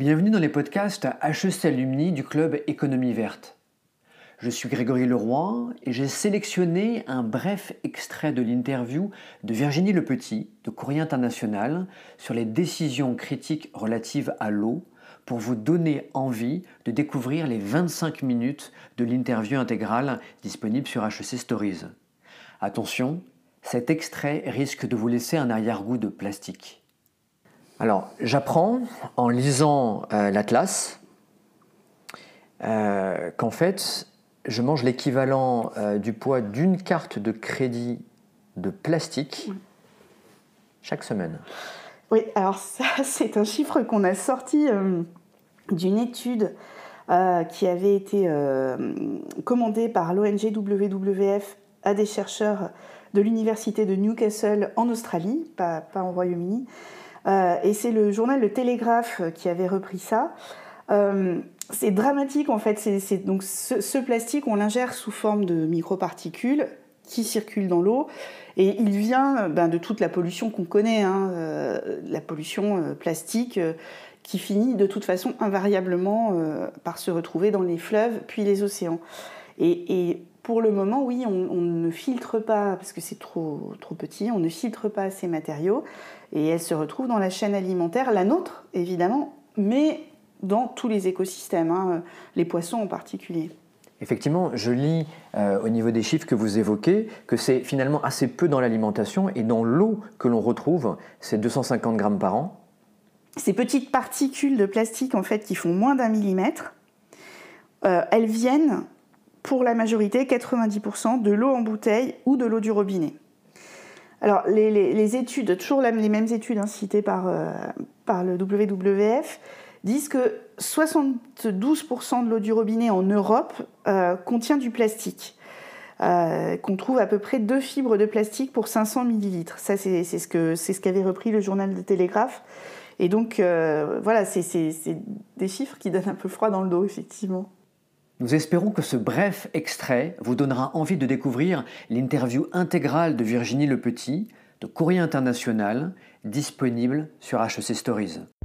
Bienvenue dans les podcasts HEC Alumni du club Économie Verte. Je suis Grégory Leroy et j'ai sélectionné un bref extrait de l'interview de Virginie Lepetit de Courrier International sur les décisions critiques relatives à l'eau pour vous donner envie de découvrir les 25 minutes de l'interview intégrale disponible sur HEC Stories. Attention, cet extrait risque de vous laisser un arrière-goût de plastique. Alors, j'apprends en lisant l'Atlas qu'en fait, je mange l'équivalent du poids d'une carte de crédit de plastique chaque semaine. Oui, alors ça, c'est un chiffre qu'on a sorti d'une étude qui avait été commandée par l'ONG WWF à des chercheurs de l'université de Newcastle en Australie, pas en Royaume-Uni. Et c'est le journal Le Télégraphe qui avait repris ça. C'est dramatique en fait, donc ce plastique, on l'ingère sous forme de microparticules qui circulent dans l'eau et il vient de toute la pollution qu'on connaît, la pollution plastique qui finit de toute façon invariablement par se retrouver dans les fleuves puis les océans. Et pour le moment, oui, on ne filtre pas, parce que c'est trop petit, on ne filtre pas ces matériaux et elles se retrouvent dans la chaîne alimentaire, la nôtre évidemment, mais dans tous les écosystèmes, les poissons en particulier. Effectivement, je lis au niveau des chiffres que vous évoquez que c'est finalement assez peu dans l'alimentation et dans l'eau que l'on retrouve, c'est 250 grammes par an. Ces petites particules de plastique en fait qui font moins d'1 millimètre, elles viennent pour la majorité, 90%, de l'eau en bouteille ou de l'eau du robinet. Alors les études, toujours les mêmes études citées par le WWF, disent que 72% de l'eau du robinet en Europe contient du plastique, qu'on trouve à peu près 2 fibres de plastique pour 500 millilitres. Ça, c'est ce qu'avait repris le journal de Télégraphe. Et donc, voilà, c'est des chiffres qui donnent un peu froid dans le dos, effectivement. Nous espérons que ce bref extrait vous donnera envie de découvrir l'interview intégrale de Virginie Lepetit de Courrier International, disponible sur HEC Stories.